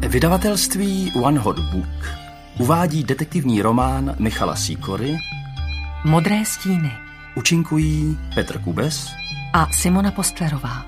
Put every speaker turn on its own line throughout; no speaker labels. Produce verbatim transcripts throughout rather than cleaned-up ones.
Vydavatelství One Hot Book uvádí detektivní román Michala Sýkory
Modré stíny.
Účinkují Petr Kubes
A Simona Postlerová.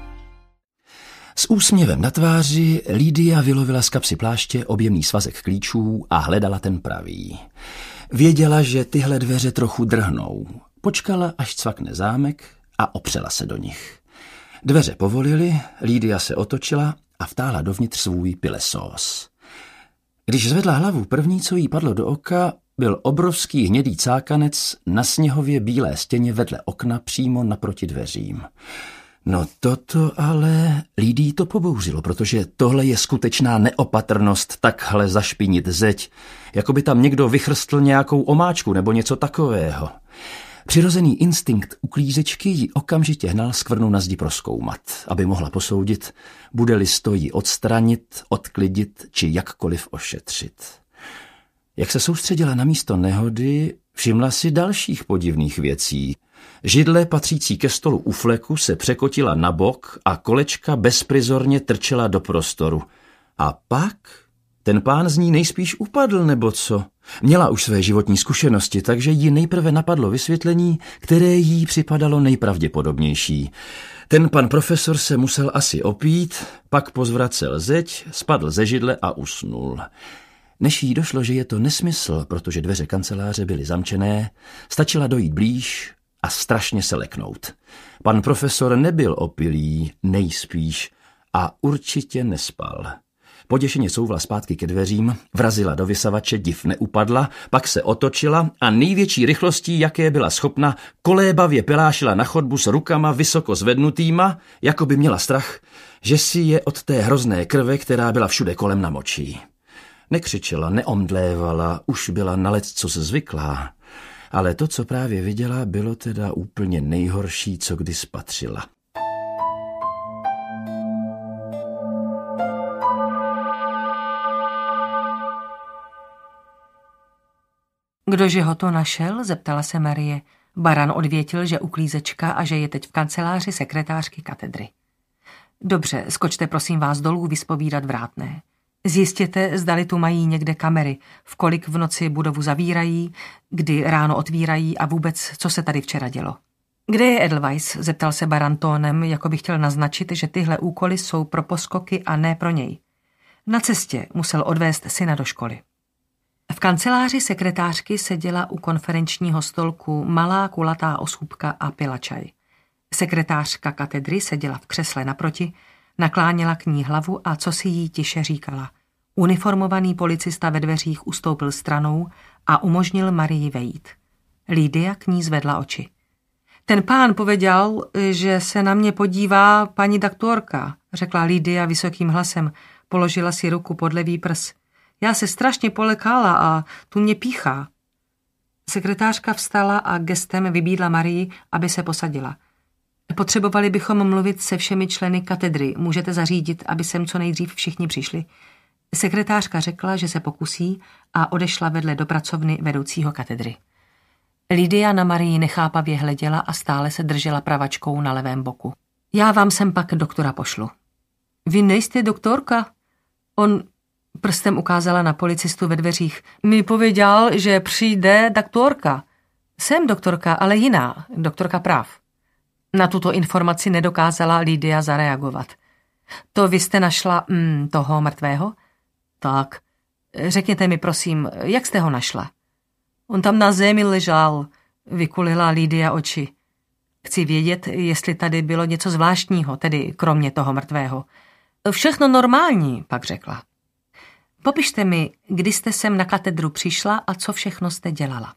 S úsměvem na tváři Lídia vylovila z kapsy pláště objemný svazek klíčů a hledala ten pravý. Věděla, že tyhle dveře trochu drhnou. Počkala, až cvakne zámek a opřela se do nich. Dveře povolily, Lídia se otočila a vtáhla dovnitř svůj pilesós. Když zvedla hlavu, první, co jí padlo do oka, byl obrovský hnědý cákanec na sněhově bílé stěně vedle okna přímo naproti dveřím. No toto ale Lídii to pobouřilo, protože tohle je skutečná neopatrnost takhle zašpinit zeď, jako by tam někdo vychrstl nějakou omáčku nebo něco takového. Přirozený instinkt uklízečky ji okamžitě hnal skvrnu na zdi prozkoumat, aby mohla posoudit, bude-li stojí odstranit, odklidit či jakkoliv ošetřit. Jak se soustředila na místo nehody, všimla si dalších podivných věcí. Židle patřící ke stolu u fleku se překotila na bok a kolečka bezprizorně trčela do prostoru. A pak ten pán z ní nejspíš upadl, nebo co? Měla už své životní zkušenosti, takže jí nejprve napadlo vysvětlení, které jí připadalo nejpravděpodobnější. Ten pan profesor se musel asi opít, pak pozvracel zeď, spadl ze židle a usnul. Než jí došlo, že je to nesmysl, protože dveře kanceláře byly zamčené, stačila dojít blíž a strašně se leknout. Pan profesor nebyl opilý, nejspíš, a určitě nespal. Poděšeně couvla zpátky ke dveřím, vrazila do vysavače, div neupadla, pak se otočila a největší rychlostí, jaké byla schopna, kolébavě pelášila na chodbu s rukama vysoko zvednutýma, jako by měla strach, že si je od té hrozné krve, která byla všude kolem, namočí. Nekřičela, neomdlévala, už byla na leccos zvyklá, ale to, co právě viděla, bylo teda úplně nejhorší, co kdy spatřila.
Kdože ho to našel? Zeptala se Marie. Baran odvětil, že uklízečka a že je teď v kanceláři sekretářky katedry. Dobře, skočte prosím vás dolů vyspovídat vrátné. Zjistěte, zdali tu mají někde kamery, v kolik v noci budovu zavírají, kdy ráno otvírají a vůbec, co se tady včera dělo. Kde je Edelweiss? Zeptal se Baran tónem, jako by chtěl naznačit, že tyhle úkoly jsou pro poskoky a ne pro něj. Na cestě musel odvést syna do školy. V kanceláři sekretářky seděla u konferenčního stolku malá kulatá osůbka a pila čaj. Sekretářka katedry seděla v křesle naproti, nakláněla k ní hlavu a co si jí tiše říkala. Uniformovaný policista ve dveřích ustoupil stranou a umožnil Marii vejít. Lídia k ní zvedla oči. Ten pán pověděl, že se na mě podívá paní doktorka, řekla Lídia vysokým hlasem, položila si ruku pod levý prs. Já se strašně polekala a tu mě píchá. Sekretářka vstala a gestem vybídla Marii, aby se posadila. Potřebovali bychom mluvit se všemi členy katedry. Můžete zařídit, aby sem co nejdřív všichni přišli? Sekretářka řekla, že se pokusí a odešla vedle do pracovny vedoucího katedry. Lídia na Marii nechápavě hleděla a stále se držela pravačkou na levém boku. Já vám sem pak doktora pošlu. Vy nejste doktorka? On prstem ukázala na policistu ve dveřích. Mi pověděl, že přijde doktorka. Jsem doktorka, ale jiná, doktorka práv. Na tuto informaci nedokázala Lídia zareagovat. To vy jste našla mm, toho mrtvého? Tak, řekněte mi prosím, jak jste ho našla? On tam na zemi ležel, vykulila Lídia oči. Chci vědět, jestli tady bylo něco zvláštního, tedy kromě toho mrtvého. Všechno normální, pak řekla. Popište mi, kdy jste sem na katedru přišla a co všechno jste dělala.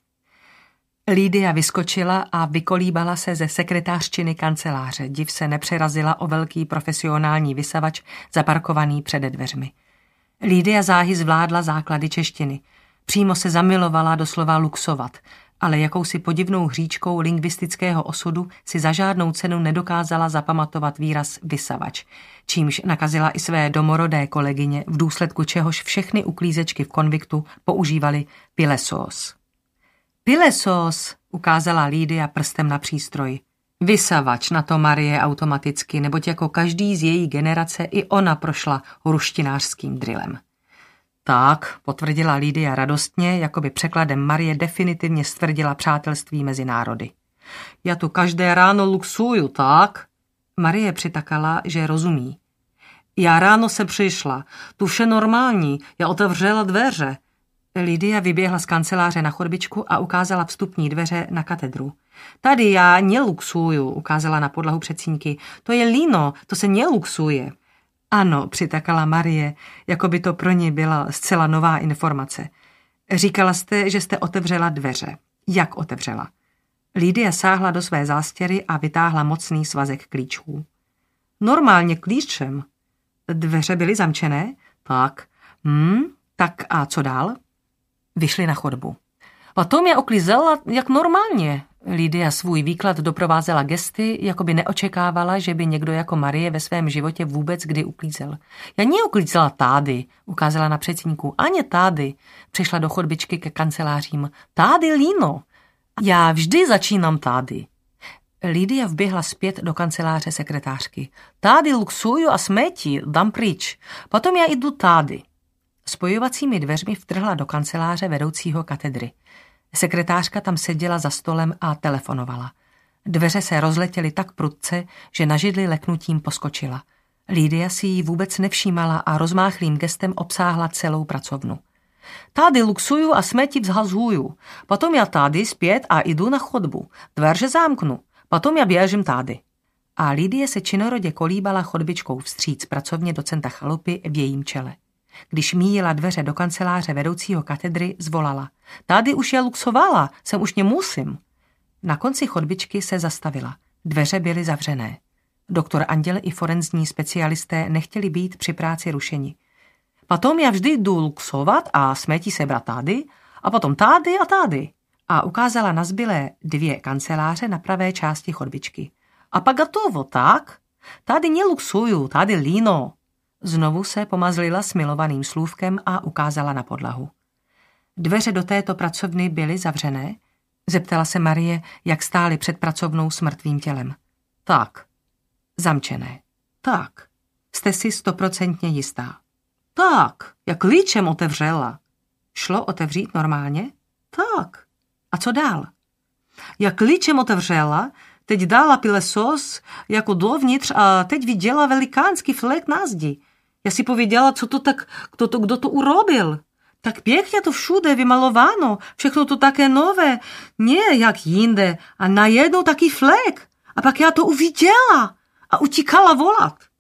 Lídia vyskočila a vykolíbala se ze sekretářčiny kanceláře. Div se nepřerazila o velký profesionální vysavač zaparkovaný před dveřmi. Lídia záhy zvládla základy češtiny. Přímo se zamilovala doslova luxovat, ale jakousi podivnou hříčkou lingvistického osudu si za žádnou cenu nedokázala zapamatovat výraz vysavač, čímž nakazila i své domorodé kolegyně, v důsledku čehož všechny uklízečky v konviktu používaly pilesós. Pilesós, ukázala Lídia prstem na přístroj. Vysavač, na to Marie automaticky, neboť jako každý z její generace i ona prošla ruštinářským drillem. Tak, potvrdila Lídia radostně, jako by překladem Marie definitivně stvrdila přátelství mezi národy. Já tu každé ráno luxuju, tak? Marie přitakala, že rozumí. Já ráno se přišla, tu vše normální, já otevřela dveře. Lídia vyběhla z kanceláře na chodbičku a ukázala vstupní dveře na katedru. Tady já neluxuju, ukázala na podlahu předsínky. To je líno, to se neluxuje. Ano, přitakala Marie, jako by to pro ní byla zcela nová informace. Říkala jste, že jste otevřela dveře. Jak otevřela? Lídia sáhla do své zástěry a vytáhla mocný svazek klíčů. Normálně klíčem. Dveře byly zamčené? Tak. Hm, tak a co dál? Vyšli na chodbu. Potom je oklízela jak normálně. Lídia svůj výklad doprovázela gesty, jako by neočekávala, že by někdo jako Marie ve svém životě vůbec kdy uklízel. Já neuklízela tady, ukázala na předsníku, ani tady. Přišla do chodbičky ke kancelářím. Tady líno. Já vždy začínám tady. Lídia vběhla zpět do kanceláře sekretářky. Tady luxuju a smetí, dám pryč. Potom já jdu tady. Spojovacími dveřmi vtrhla do kanceláře vedoucího katedry. Sekretářka tam seděla za stolem a telefonovala. Dveře se rozletěly tak prudce, že na židli leknutím poskočila. Lídia si ji vůbec nevšímala a rozmáchlým gestem obsáhla celou pracovnu. Tady luxuju a smeti vzhazuju. Potom já tady zpět a jdu na chodbu. Dveře zamknu. Potom já běžím tady. A Lídie se činorodě kolíbala chodbičkou vstříc pracovně docenta Chalupy v jejím čele. Když míjela dveře do kanceláře vedoucího katedry, zvolala. Tady už je luxovala, sem už nemusím. Na konci chodbičky se zastavila. Dveře byly zavřené. Doktor Anděl i forenzní specialisté nechtěli být při práci rušeni. Potom já vždy jdu luxovat a smetí sebrat tady, a potom tady a tady. A ukázala na zbylé dvě kanceláře na pravé části chodbičky. A pak gotovo, tak? Tady neluxuju, tady líno. Znovu se pomazlila smilovaným slůvkem a ukázala na podlahu. Dveře do této pracovny byly zavřené? Zeptala se Marie, jak stály před pracovnou s mrtvým tělem. Tak. Zamčené. Tak. Jste si stoprocentně jistá. Tak. Jak klíčem otevřela. Šlo otevřít normálně? Tak. A co dál? Jak klíčem otevřela, teď dala pilesos jako dovnitř a teď viděla velikánský flek na zdi. Já si pověděla, co to tak, kdo to, kdo to urobil. Tak pěkně to všude vymalováno, všechno to také nové, ne jak jinde, a najednou taký flek. A pak já to uviděla a utíkala volat.